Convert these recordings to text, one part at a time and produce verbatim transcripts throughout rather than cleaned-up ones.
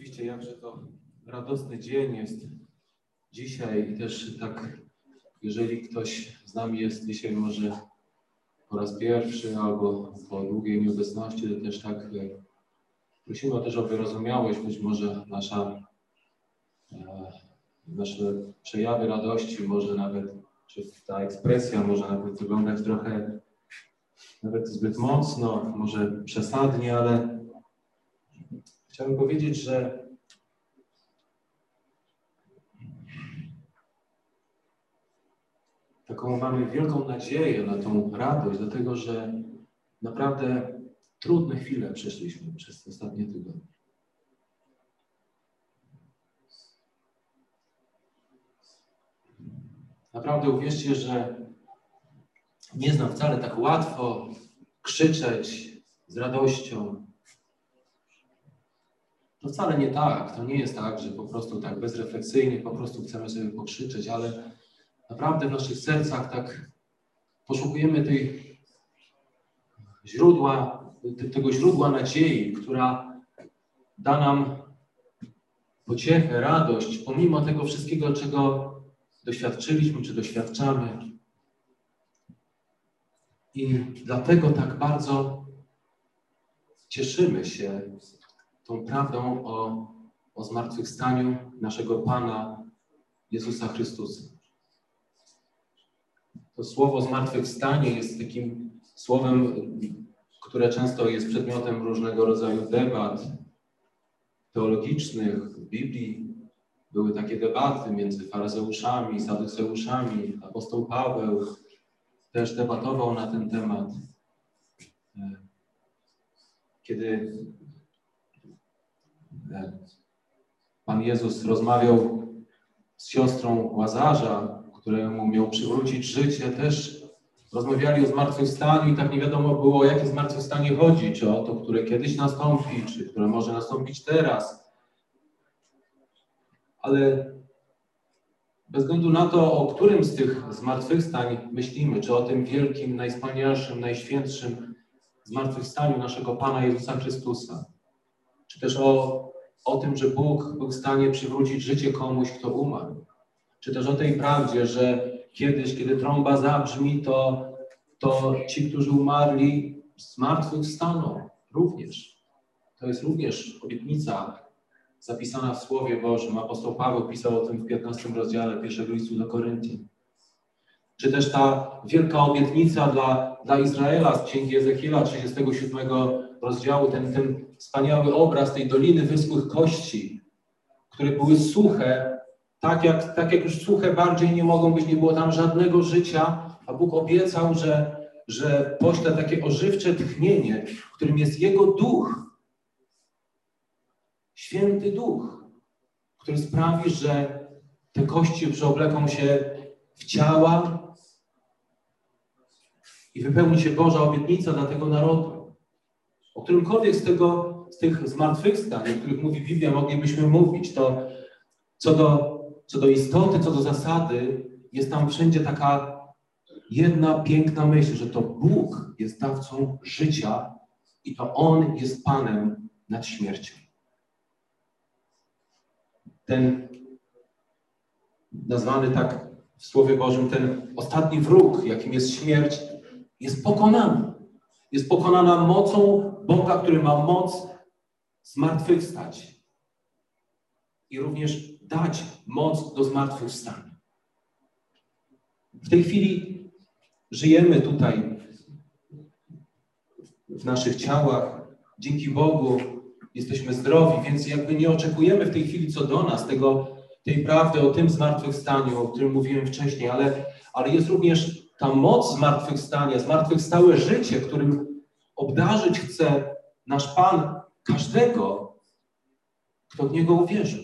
Rzeczywiście, jakże to radosny dzień jest dzisiaj i też tak, jeżeli ktoś z nami jest dzisiaj może po raz pierwszy albo po długiej nieobecności, to też tak prosimy o też o wyrozumiałość, być może nasza, e, nasze przejawy radości, może nawet, czy ta ekspresja może nawet wyglądać trochę nawet zbyt mocno, może przesadnie, ale chciałbym powiedzieć, że taką mamy wielką nadzieję na tą radość, dlatego że naprawdę trudne chwile przeszliśmy przez ostatnie tygodnie. Naprawdę uwierzcie, że nie znam wcale tak łatwo krzyczeć z radością. To wcale nie tak. To nie jest tak, że po prostu tak bezrefleksyjnie po prostu chcemy sobie pokrzyczeć, ale naprawdę w naszych sercach tak poszukujemy tej źródła, tego źródła nadziei, która da nam pociechę, radość, pomimo tego wszystkiego, czego doświadczyliśmy, czy doświadczamy. I dlatego tak bardzo cieszymy się tą prawdą o, o zmartwychwstaniu naszego Pana Jezusa Chrystusa. To słowo zmartwychwstanie jest takim słowem, które często jest przedmiotem różnego rodzaju debat teologicznych. W Biblii były takie debaty między faryzeuszami, saduceuszami. Apostoł Paweł też debatował na ten temat. Kiedy Pan Jezus rozmawiał z siostrą Łazarza, któremu miał przywrócić życie, też rozmawiali o zmartwychwstaniu i tak nie wiadomo było, o jakie zmartwychwstanie chodzi, czy o to, które kiedyś nastąpi, czy które może nastąpić teraz. Ale bez względu na to, o którym z tych zmartwychwstań myślimy, czy o tym wielkim, najwspanialszym, najświętszym zmartwychwstaniu naszego Pana Jezusa Chrystusa, czy też o, o tym, że Bóg był w stanie przywrócić życie komuś, kto umarł, czy też o tej prawdzie, że kiedyś, kiedy trąba zabrzmi, to, to ci, którzy umarli, zmartwychwstaną również. To jest również obietnica zapisana w Słowie Bożym. Apostoł Paweł pisał o tym w piętnastym rozdziale pierwszego listu do Koryntian. Czy też ta wielka obietnica dla, dla Izraela z Księgi Ezechiela trzydziestego siódmego rozdziału, ten, ten wspaniały obraz tej doliny wyschłych kości, które były suche, tak jak, tak jak już suche bardziej nie mogą być, nie było tam żadnego życia, a Bóg obiecał, że, że pośle takie ożywcze tchnienie, w którym jest Jego Duch, Święty Duch, który sprawi, że te kości przeobleką się w ciała i wypełni się Boża obietnica dla tego narodu. O którymkolwiek z, tego, z tych zmartwychwstań, o których mówi Biblia, moglibyśmy mówić, to co do, co do istoty, co do zasady, jest tam wszędzie taka jedna piękna myśl, że to Bóg jest dawcą życia i to On jest Panem nad śmiercią. Ten nazwany tak w Słowie Bożym, ten ostatni wróg, jakim jest śmierć, jest pokonany. Jest pokonana mocą Boga, który ma moc zmartwychwstać i również dać moc do zmartwychwstania. W tej chwili żyjemy tutaj w naszych ciałach. Dzięki Bogu jesteśmy zdrowi, więc jakby nie oczekujemy w tej chwili co do nas tego, tej prawdy o tym zmartwychwstaniu, o którym mówiłem wcześniej, ale, ale jest również ta moc zmartwychwstania, zmartwychwstałe życie, którym obdarzyć chce nasz Pan każdego, kto w Niego uwierzył.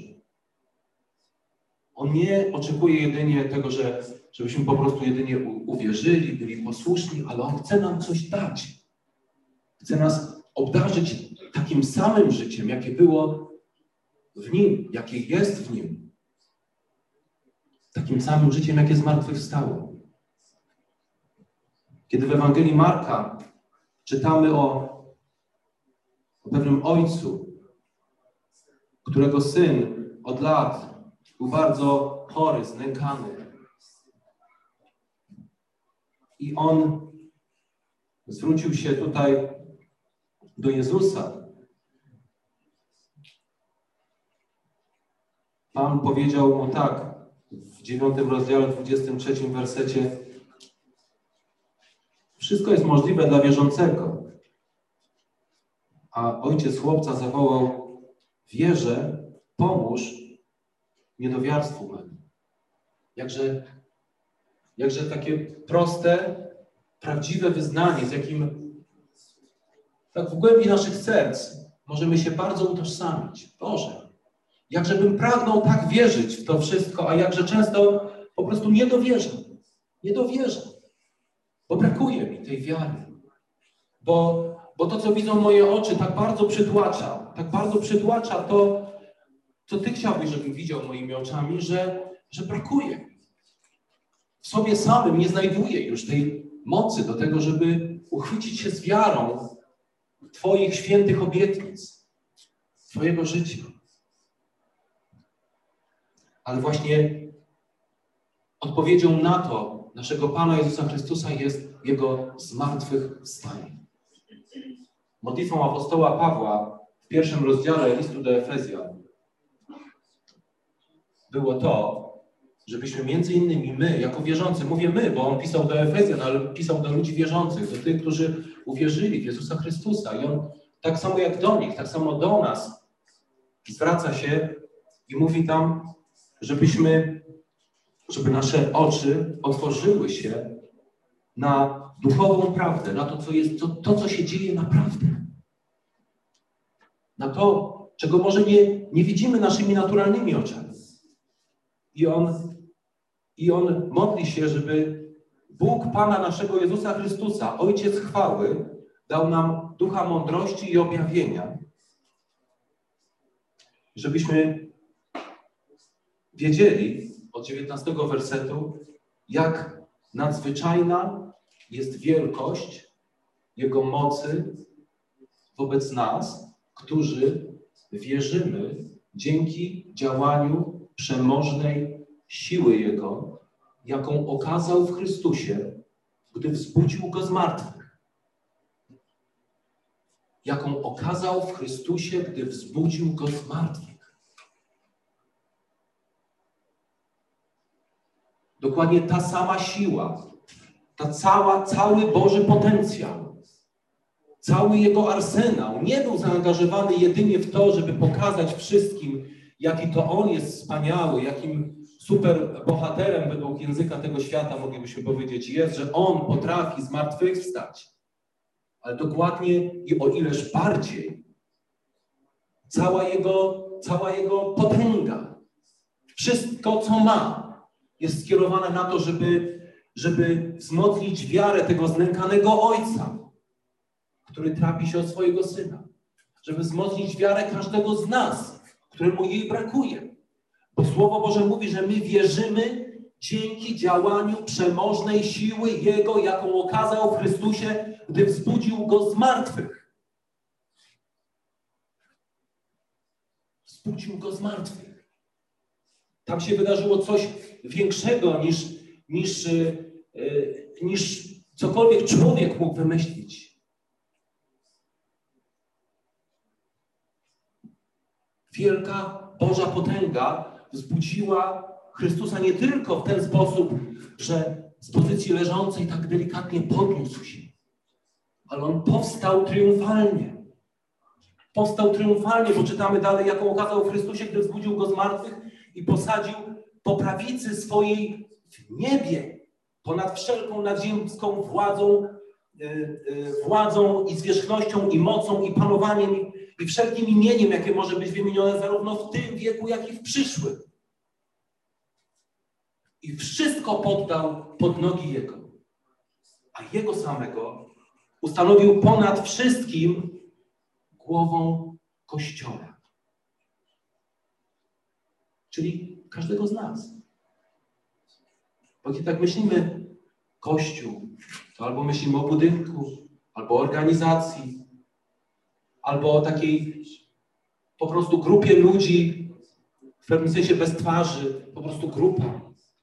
On nie oczekuje jedynie tego, że, żebyśmy po prostu jedynie uwierzyli, byli posłuszni, ale On chce nam coś dać. Chce nas obdarzyć takim samym życiem, jakie było w Nim, jakie jest w Nim. Takim samym życiem, jakie zmartwychwstało. Kiedy w Ewangelii Marka czytamy o, o pewnym ojcu, którego syn od lat był bardzo chory, znękany. I on zwrócił się tutaj do Jezusa. Pan powiedział mu tak w dziewiątym rozdziale, dwudziestym trzecim wersecie: wszystko jest możliwe dla wierzącego. A ojciec chłopca zawołał: wierzę, pomóż niedowiarstwu memu. Jakże, jakże takie proste, prawdziwe wyznanie, z jakim tak w głębi naszych serc możemy się bardzo utożsamić. Boże, jakże bym pragnął tak wierzyć w to wszystko, a jakże często po prostu nie dowierzam. Nie dowierzam, bo brakuje mi tej wiary. Bo, bo to, co widzą moje oczy, tak bardzo przytłacza, tak bardzo przytłacza to, co Ty chciałbyś, żebym widział moimi oczami, że, że brakuje mi. W sobie samym nie znajduję już tej mocy do tego, żeby uchwycić się z wiarą Twoich świętych obietnic, Twojego życia. Ale właśnie odpowiedzią na to naszego Pana Jezusa Chrystusa jest Jego zmartwychwstanie. Modlitwą apostoła Pawła w pierwszym rozdziale listu do Efezjan było to, żebyśmy między innymi my, jako wierzący, mówię my, bo on pisał do Efezjan, ale pisał do ludzi wierzących, do tych, którzy uwierzyli w Jezusa Chrystusa. I on tak samo jak do nich, tak samo do nas zwraca się i mówi tam, żebyśmy, żeby nasze oczy otworzyły się na duchową prawdę, na to, co jest, to, to co się dzieje naprawdę. Na to, czego może nie, nie widzimy naszymi naturalnymi oczami. I on, I on modli się, żeby Bóg Pana naszego Jezusa Chrystusa, Ojciec chwały, dał nam ducha mądrości i objawienia, żebyśmy wiedzieli od dziewiętnastego wersetu, jak nadzwyczajna jest wielkość Jego mocy wobec nas, którzy wierzymy dzięki działaniu przemożnej siły Jego, jaką okazał w Chrystusie, gdy wzbudził Go z martwych. Jaką okazał w Chrystusie, gdy wzbudził Go z martwych. Dokładnie ta sama siła, ta cała, cały Boży potencjał, cały Jego arsenał nie był zaangażowany jedynie w to, żeby pokazać wszystkim, jaki to On jest wspaniały, jakim super bohaterem według języka tego świata, moglibyśmy powiedzieć, jest, że On potrafi zmartwychwstać. Ale dokładnie i o ileż bardziej cała Jego, cała Jego potęga, wszystko, co ma, jest skierowane na to, żeby, żeby wzmocnić wiarę tego znękanego Ojca, który trapi się o swojego Syna. Żeby wzmocnić wiarę każdego z nas, któremu jej brakuje. Bo Słowo Boże mówi, że my wierzymy dzięki działaniu przemożnej siły Jego, jaką okazał w Chrystusie, gdy wzbudził Go z martwych. Wzbudził Go z martwych. Tam się wydarzyło coś większego niż, niż, yy, niż cokolwiek człowiek mógł wymyślić. Wielka Boża potęga wzbudziła Chrystusa nie tylko w ten sposób, że z pozycji leżącej tak delikatnie podniósł się, ale On powstał triumfalnie. Powstał triumfalnie, bo czytamy dalej, jaką okazał w Chrystusie, gdy wzbudził Go z martwych i posadził po prawicy swojej w niebie, ponad wszelką nadziemską władzą, yy, yy, władzą i zwierzchnością i mocą i panowaniem i, i wszelkim imieniem, jakie może być wymienione zarówno w tym wieku, jak i w przyszłym. I wszystko poddał pod nogi Jego. A Jego samego ustanowił ponad wszystkim głową Kościoła. Czyli każdego z nas. Bo kiedy tak myślimy Kościół, to albo myślimy o budynku, albo o organizacji, albo o takiej po prostu grupie ludzi, w pewnym sensie bez twarzy, po prostu grupa.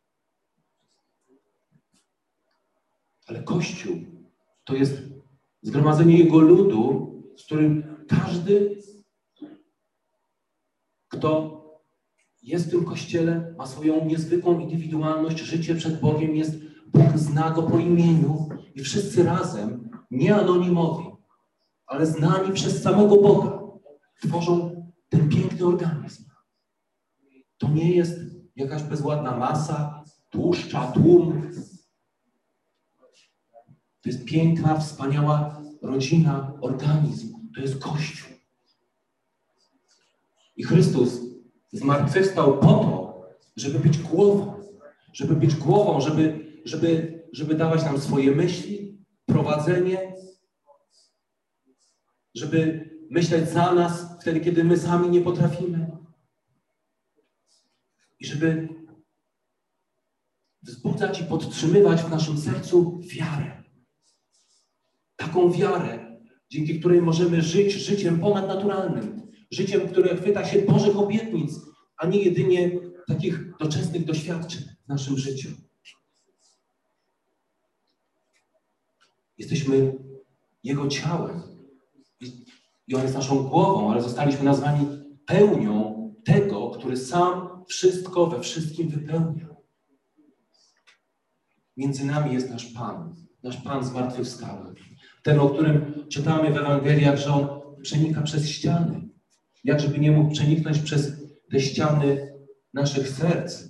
Ale Kościół to jest zgromadzenie Jego ludu, z którym każdy, kto jest w tym Kościele, ma swoją niezwykłą indywidualność, życie przed Bogiem jest, Bóg zna go po imieniu i wszyscy razem, nie anonimowi, ale znani przez samego Boga, tworzą ten piękny organizm. To nie jest jakaś bezładna masa, tłuszcza, tłum. To jest piękna, wspaniała rodzina, organizm. To jest Kościół. I Chrystus zmartwychwstał po to, żeby być głową. Żeby być głową, żeby, żeby, żeby dawać nam swoje myśli, prowadzenie, żeby myśleć za nas wtedy, kiedy my sami nie potrafimy. I żeby wzbudzać i podtrzymywać w naszym sercu wiarę. Taką wiarę, dzięki której możemy żyć życiem ponadnaturalnym. Życiem, które chwyta się Bożych obietnic, a nie jedynie takich doczesnych doświadczeń w naszym życiu. Jesteśmy Jego ciałem i On jest naszą głową, ale zostaliśmy nazwani pełnią tego, który sam wszystko we wszystkim wypełnia. Między nami jest nasz Pan, nasz Pan zmartwychwstały. Ten, o którym czytamy w Ewangeliach, że On przenika przez ściany. Jak żeby nie mógł przeniknąć przez te ściany naszych serc.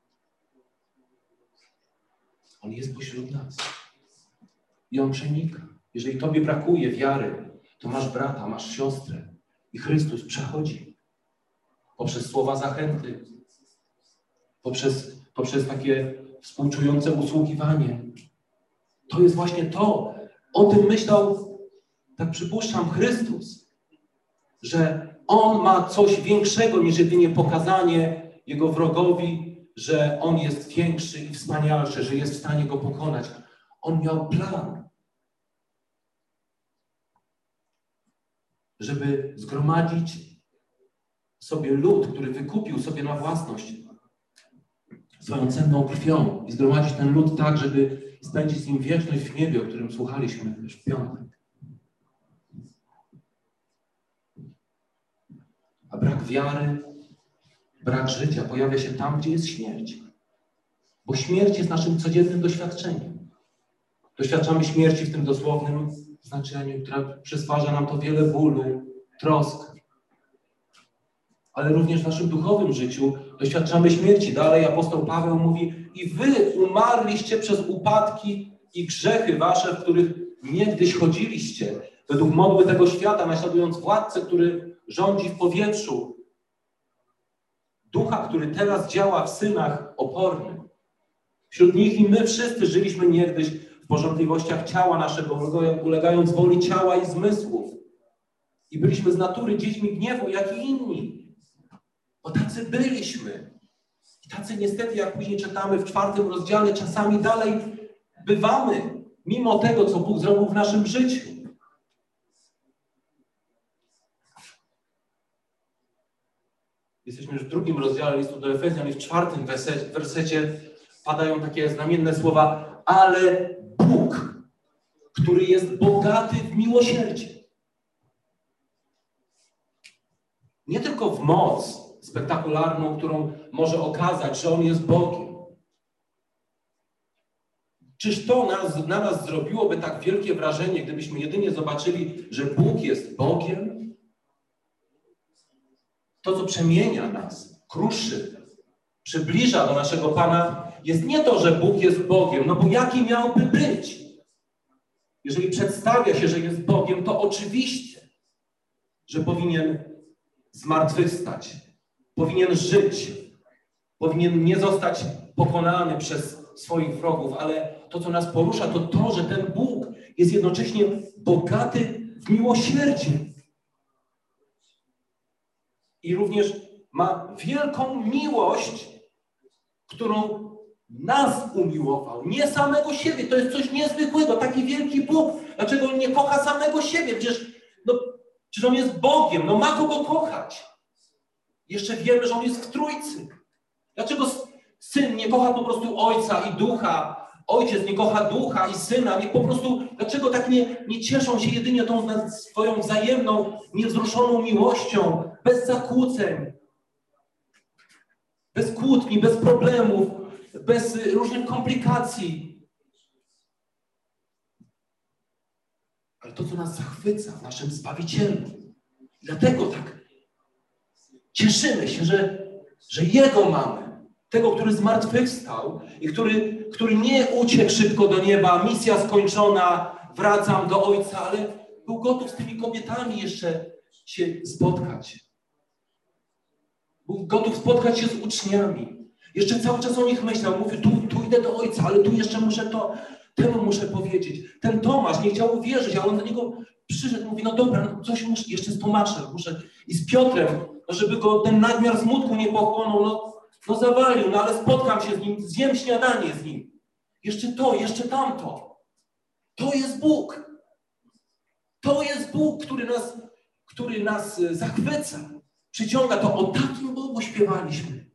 On jest pośród nas. I On przenika. Jeżeli Tobie brakuje wiary, to masz brata, masz siostrę. I Chrystus przechodzi. Poprzez słowa zachęty. Poprzez, poprzez takie współczujące usługiwanie. To jest właśnie to. O tym myślał, tak przypuszczam, Chrystus. Że On ma coś większego niż jedynie pokazanie Jego wrogowi, że On jest większy i wspanialszy, że jest w stanie go pokonać. On miał plan, żeby zgromadzić sobie lud, który wykupił sobie na własność swoją cenną krwią i zgromadzić ten lud tak, żeby spędzić z nim wieczność w niebie, o którym słuchaliśmy już w piątek. A brak wiary, brak życia pojawia się tam, gdzie jest śmierć. Bo śmierć jest naszym codziennym doświadczeniem. Doświadczamy śmierci w tym dosłownym znaczeniu, która przysparza nam to wiele bólu, trosk. Ale również w naszym duchowym życiu doświadczamy śmierci. Dalej apostoł Paweł mówi: i wy umarliście przez upadki i grzechy wasze, w których niegdyś chodziliście, według modły tego świata, naśladując władcę, który rządzi w powietrzu, ducha, który teraz działa w synach opornych. Wśród nich i my wszyscy żyliśmy niegdyś w porządliwościach ciała naszego, ulegając woli ciała i zmysłów. I byliśmy z natury dziećmi gniewu, jak i inni. Bo tacy byliśmy. I tacy niestety, jak później czytamy w czwartym rozdziale, czasami dalej bywamy, mimo tego, co Bóg zrobił w naszym życiu. Jesteśmy już w drugim rozdziale listu do Efezjan i w czwartym wersecie, wersecie padają takie znamienne słowa: ale Bóg, który jest bogaty w miłosierdzie. Nie tylko w moc spektakularną, którą może okazać, że On jest Bogiem. Czyż to nas, na nas zrobiłoby tak wielkie wrażenie, gdybyśmy jedynie zobaczyli, że Bóg jest Bogiem? To, co przemienia nas, kruszy, przybliża do naszego Pana, jest nie to, że Bóg jest Bogiem, no bo jaki miałby być? Jeżeli przedstawia się, że jest Bogiem, to oczywiście, że powinien zmartwychwstać, powinien żyć, powinien nie zostać pokonany przez swoich wrogów, ale to, co nas porusza, to to, że ten Bóg jest jednocześnie bogaty w miłosierdzie. I również ma wielką miłość, którą nas umiłował, nie samego siebie. To jest coś niezwykłego, taki wielki Bóg. Dlaczego On nie kocha samego siebie? Przecież, no, przecież On jest Bogiem, no ma kogo kochać. Jeszcze wiemy, że On jest w Trójcy. Dlaczego Syn nie kocha po prostu Ojca i Ducha, Ojciec nie kocha Ducha i Syna, nie po prostu, dlaczego tak nie, nie cieszą się jedynie tą swoją wzajemną, niewzruszoną miłością, bez zakłóceń, bez kłótni, bez problemów, bez różnych komplikacji. Ale to, co nas zachwyca w naszym Zbawicielu, dlatego tak cieszymy się, że, że Jego mamy. Tego, który zmartwychwstał i który, który nie uciekł szybko do nieba, misja skończona, wracam do Ojca, ale był gotów z tymi kobietami jeszcze się spotkać. Był gotów spotkać się z uczniami. Jeszcze cały czas o nich myślał. Mówił, tu, tu idę do Ojca, ale tu jeszcze muszę to, temu muszę powiedzieć. Ten Tomasz nie chciał uwierzyć, ale on do niego przyszedł, mówi, no dobra, no coś muszę, jeszcze z Tomaszem muszę i z Piotrem, no żeby go ten nadmiar smutku nie pochłonął, no No zawalił, no ale spotkam się z nim, zjem śniadanie z nim. Jeszcze to, jeszcze tamto. To jest Bóg. To jest Bóg, który nas, który nas zachwyca. Przyciąga to. O takim Bogu śpiewaliśmy.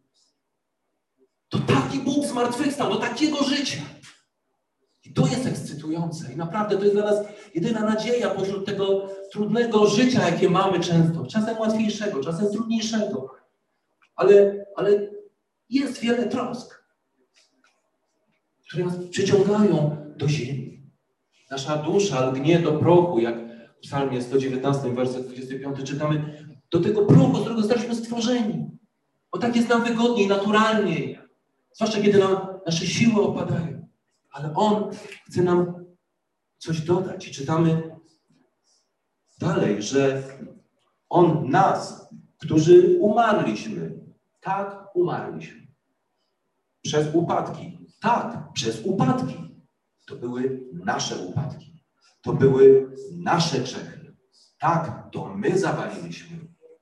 To taki Bóg zmartwychwstał, do takiego życia. I to jest ekscytujące. I naprawdę to jest dla nas jedyna nadzieja pośród tego trudnego życia, jakie mamy często. Czasem łatwiejszego, czasem trudniejszego. Ale, ale jest wiele trosk, które nas przyciągają do ziemi. Nasza dusza lgnie do prochu, jak w psalmie sto dziewiętnastym, werset dwudziesty piąty czytamy, do tego prochu, z którego zostaliśmy stworzeni. Bo tak jest nam wygodniej, naturalniej. Zwłaszcza kiedy nam nasze siły opadają. Ale On chce nam coś dodać. I czytamy dalej, że On nas, którzy umarliśmy, tak umarliśmy. Przez upadki. Tak, przez upadki. To były nasze upadki. To były nasze grzechy. Tak, to my zawaliliśmy.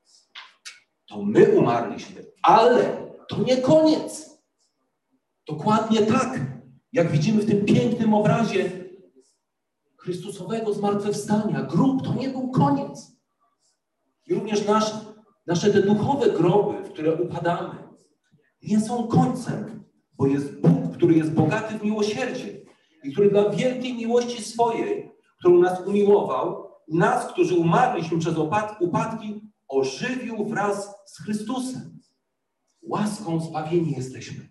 To my umarliśmy. Ale to nie koniec. Dokładnie tak, jak widzimy w tym pięknym obrazie Chrystusowego zmartwychwstania. Grób to nie był koniec. I również nasz, nasze te duchowe groby, w które upadamy, nie są końcem, bo jest Bóg, który jest bogaty w miłosierdzie i który dla wielkiej miłości swojej, którą nas umiłował, nas, którzy umarliśmy przez upadki, ożywił wraz z Chrystusem. Łaską zbawieni jesteśmy.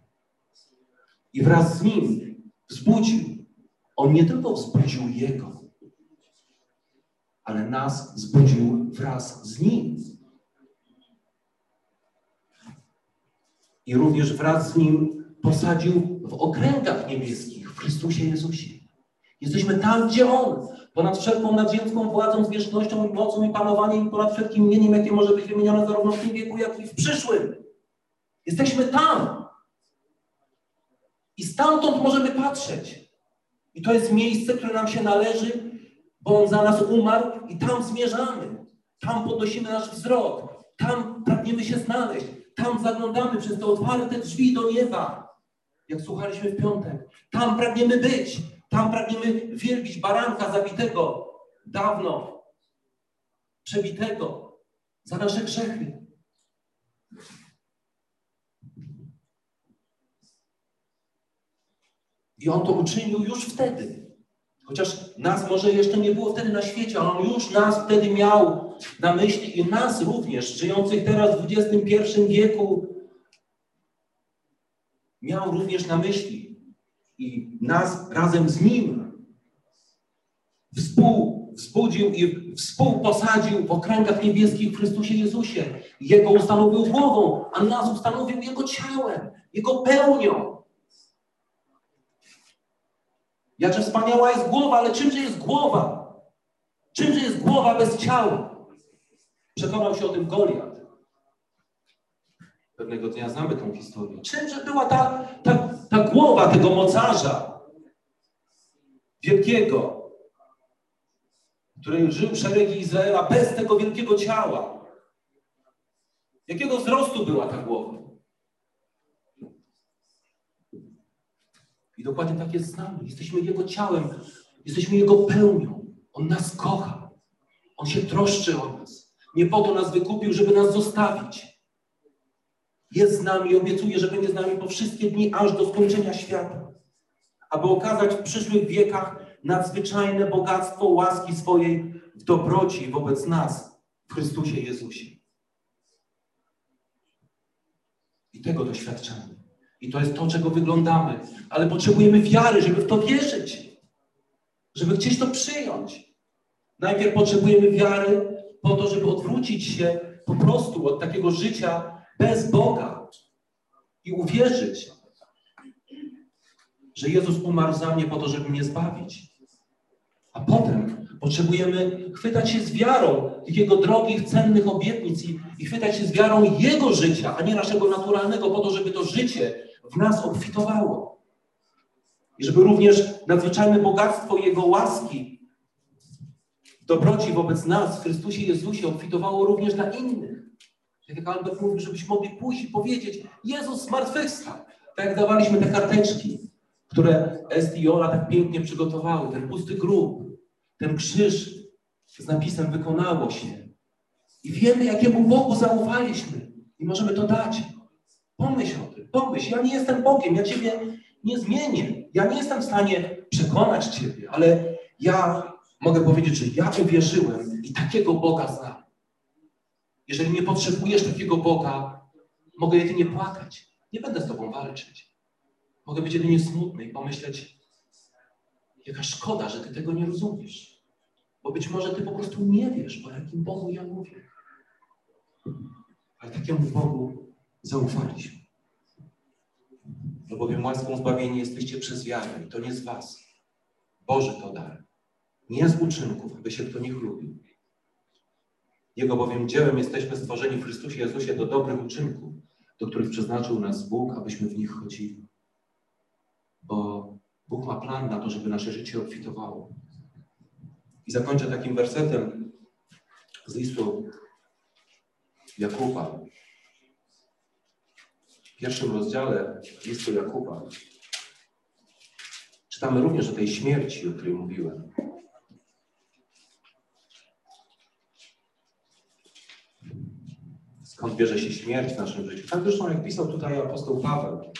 I wraz z Nim wzbudził. On nie tylko wzbudził Jego, ale nas wzbudził wraz z Nim. I również wraz z Nim posadził w okręgach niebieskich w Chrystusie Jezusie. Jesteśmy tam, gdzie On, ponad wszelką nadziemską władzą, zwierzchnością i mocą i panowaniem i ponad wszelkim imieniem, jakie może być wymienione zarówno w tym wieku, jak i w przyszłym. Jesteśmy tam. I stamtąd możemy patrzeć. I to jest miejsce, które nam się należy, bo On za nas umarł i tam zmierzamy. Tam podnosimy nasz wzrok. Tam pragniemy się znaleźć. Tam zaglądamy przez te otwarte drzwi do nieba. Jak słuchaliśmy w piątek. Tam pragniemy być. Tam pragniemy wielbić baranka zabitego dawno, przebitego za nasze grzechy. I On to uczynił już wtedy. Chociaż nas może jeszcze nie było wtedy na świecie, ale On już nas wtedy miał na myśli i nas również, żyjących teraz w dwudziestym pierwszym wieku, miał również na myśli. I nas razem z Nim współ, wzbudził i współposadził w okręgach niebieskich w Chrystusie Jezusie. Jego ustanowił głową, a nas ustanowił Jego ciałem, Jego pełnią. Jakże wspaniała jest głowa, ale czymże jest głowa? Czymże jest głowa bez ciała? Przekonał się o tym Goliat. Pewnego dnia znamy tą historię. Czymże była ta, ta, ta głowa tego mocarza wielkiego, który żył w szeregi Izraela bez tego wielkiego ciała? Jakiego wzrostu była ta głowa? I dokładnie tak jest z nami. Jesteśmy Jego ciałem, jesteśmy Jego pełnią. On nas kocha. On się troszczy o nas. Nie po to nas wykupił, żeby nas zostawić. Jest z nami i obiecuje, że będzie z nami po wszystkie dni, aż do skończenia świata, aby okazać w przyszłych wiekach nadzwyczajne bogactwo łaski swojej w dobroci wobec nas w Chrystusie Jezusie. I tego doświadczamy. I to jest to, czego wyglądamy. Ale potrzebujemy wiary, żeby w to wierzyć. Żeby chcieć to przyjąć. Najpierw potrzebujemy wiary po to, żeby odwrócić się po prostu od takiego życia bez Boga i uwierzyć, że Jezus umarł za mnie po to, żeby mnie zbawić. A potem potrzebujemy chwytać się z wiarą tych Jego drogich, cennych obietnic i, i chwytać się z wiarą Jego życia, a nie naszego naturalnego, po to, żeby to życie w nas obfitowało. I żeby również nadzwyczajne bogactwo Jego łaski, dobroci wobec nas w Chrystusie Jezusie obfitowało również dla innych. Tak jak Albert mówił, żebyśmy mogli pójść i powiedzieć: Jezus zmartwychwstał. Tak jak dawaliśmy te karteczki, które Esti i Ola tak pięknie przygotowały, ten pusty grób, ten krzyż z napisem wykonało się. I wiemy, jakiemu Bogu zaufaliśmy i możemy to dać. Pomyśl o tym, pomyśl. Ja nie jestem Bogiem, ja Ciebie nie zmienię. Ja nie jestem w stanie przekonać Ciebie, ale ja mogę powiedzieć, że ja uwierzyłem i takiego Boga znam. Jeżeli nie potrzebujesz takiego Boga, mogę jedynie płakać. Nie będę z Tobą walczyć. Mogę być jedynie smutny i pomyśleć: jaka szkoda, że Ty tego nie rozumiesz. Bo być może Ty po prostu nie wiesz, o jakim Bogu ja mówię. Ale takiemu Bogu zaufaliśmy. No bowiem łaską zbawieni jesteście przez wiarę i to nie z was. Boży to dar. Nie z uczynków, aby się kto nie chlubił. Jego bowiem dziełem jesteśmy stworzeni w Chrystusie Jezusie do dobrych uczynków, do których przeznaczył nas Bóg, abyśmy w nich chodzili. Bo Bóg ma plan na to, żeby nasze życie obfitowało. I zakończę takim wersetem z listu Jakuba. W pierwszym rozdziale listu Jakuba czytamy również o tej śmierci, o której mówiłem. Skąd bierze się śmierć w naszym życiu? Tak zresztą jak pisał tutaj apostoł Paweł.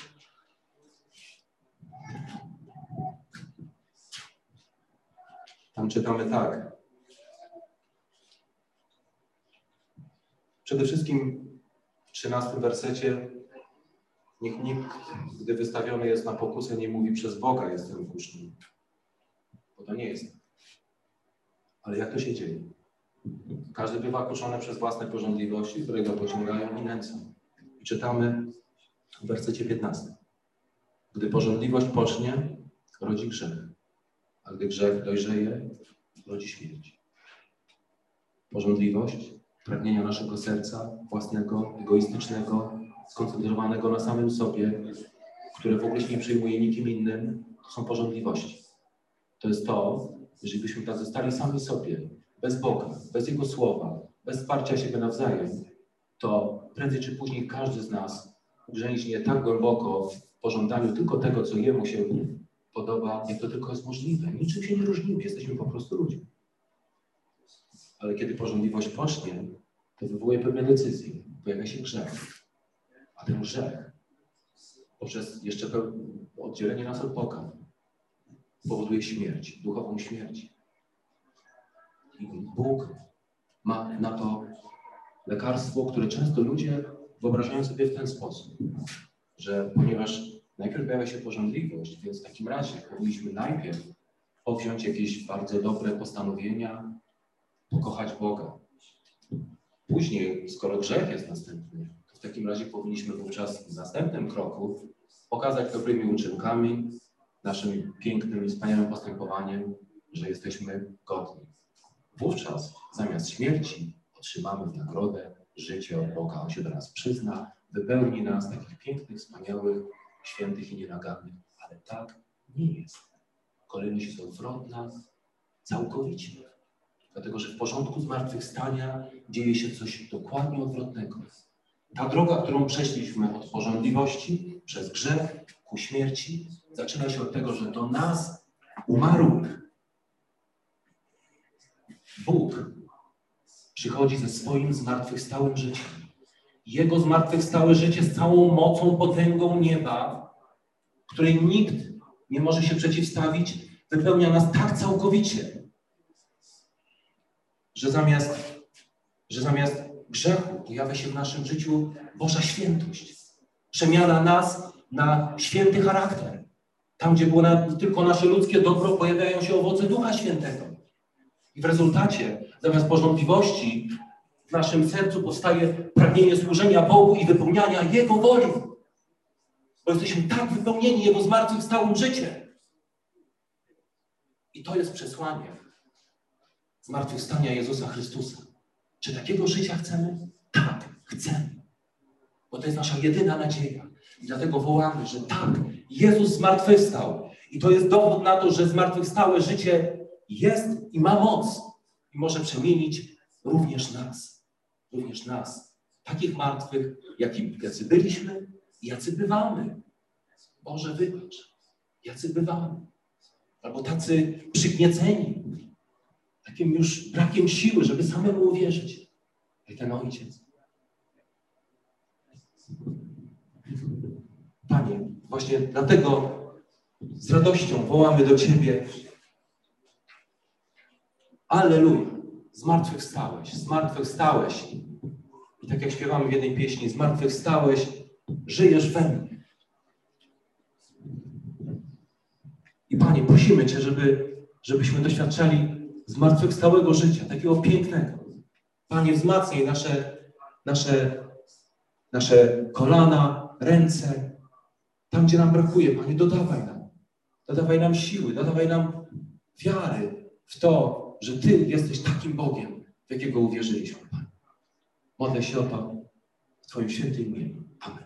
Tam czytamy tak. Przede wszystkim w trzynastym wersecie niech nikt, gdy wystawiony jest na pokusę, nie mówi: przez Boga jestem kuszny. Bo to nie jest. Ale jak to się dzieje? Każdy bywa kuszony przez własne pożądliwości, które go pociągają i nęcą. I czytamy w wersecie piętnastym. Gdy pożądliwość pocznie, rodzi grzech. A gdy grzech dojrzeje, rodzi śmierć. Pożądliwość, pragnienia naszego serca, własnego, egoistycznego, skoncentrowanego na samym sobie, które w ogóle się nie przyjmuje nikim innym, to są pożądliwości. To jest to, jeżeli byśmy tak zostali sami sobie, bez Boga, bez Jego słowa, bez wsparcia siebie nawzajem, to prędzej czy później każdy z nas ugrzęźnie tak głęboko w pożądaniu tylko tego, co Jemu się podoba, jak to tylko jest możliwe. Niczym się nie różnimy, jesteśmy po prostu ludźmi. Ale kiedy pożądliwość pocznie, to wywołuje pewne decyzje, pojawia się grzech. A ten grzech, poprzez jeszcze oddzielenie nas od Boga, powoduje śmierć, duchową śmierć. I Bóg ma na to lekarstwo, które często ludzie wyobrażają sobie w ten sposób, że ponieważ najpierw pojawia się pożądliwość, więc w takim razie powinniśmy najpierw powziąć jakieś bardzo dobre postanowienia, pokochać Boga. Później, skoro grzech jest następny, to w takim razie powinniśmy wówczas w następnym kroku pokazać dobrymi uczynkami, naszym pięknym i wspaniałym postępowaniem, że jesteśmy godni. Wówczas zamiast śmierci otrzymamy w nagrodę życie od Boga. On się do nas przyzna, wypełni nas takich pięknych, wspaniałych, świętych i nienagannych. Ale tak nie jest. Kolejność jest odwrotna całkowicie. Dlatego, że w porządku zmartwychwstania dzieje się coś dokładnie odwrotnego. Ta droga, którą przeszliśmy od pożądliwości przez grzech ku śmierci, zaczyna się od tego, że do nas umarł Bóg. Przychodzi ze swoim zmartwychwstałym życiem. Jego zmartwychwstałe życie z całą mocą, potęgą nieba, której nikt nie może się przeciwstawić, wypełnia nas tak całkowicie, że zamiast, że zamiast grzechu pojawia się w naszym życiu Boża świętość. Przemiana nas na święty charakter. Tam, gdzie było na, tylko nasze ludzkie dobro, pojawiają się owoce Ducha Świętego. I w rezultacie, zamiast pożądliwości, w naszym sercu powstaje pragnienie służenia Bogu i wypełniania Jego woli. Bo jesteśmy tak wypełnieni Jego zmartwychwstałym życiem. I to jest przesłanie zmartwychwstania Jezusa Chrystusa. Czy takiego życia chcemy? Tak, chcemy. Bo to jest nasza jedyna nadzieja. I dlatego wołamy, że tak, Jezus zmartwychwstał. I to jest dowód na to, że zmartwychwstałe życie jest i ma moc. I może przemienić również nas. Również nas. Takich martwych, jaki, jacy byliśmy i jacy bywamy. Boże, wybacz. Jacy bywamy. Albo tacy przygnieceni. Takim już brakiem siły, żeby samemu uwierzyć. Jak ten Ojciec. Panie, właśnie dlatego z radością wołamy do Ciebie. Alleluja. Zmartwychwstałeś, zmartwychwstałeś. I tak jak śpiewamy w jednej pieśni, zmartwychwstałeś, żyjesz we mnie. I Panie, prosimy Cię, żeby, żebyśmy doświadczali zmartwychwstałego życia, takiego pięknego. Panie, wzmacnij nasze, nasze, nasze kolana, ręce. Tam, gdzie nam brakuje, Panie, dodawaj nam. Dodawaj nam siły, dodawaj nam wiary w to, że Ty jesteś takim Bogiem, w jakiego uwierzyliśmy, Panie. Modlę się o to w Twoim świętym imieniu. Amen.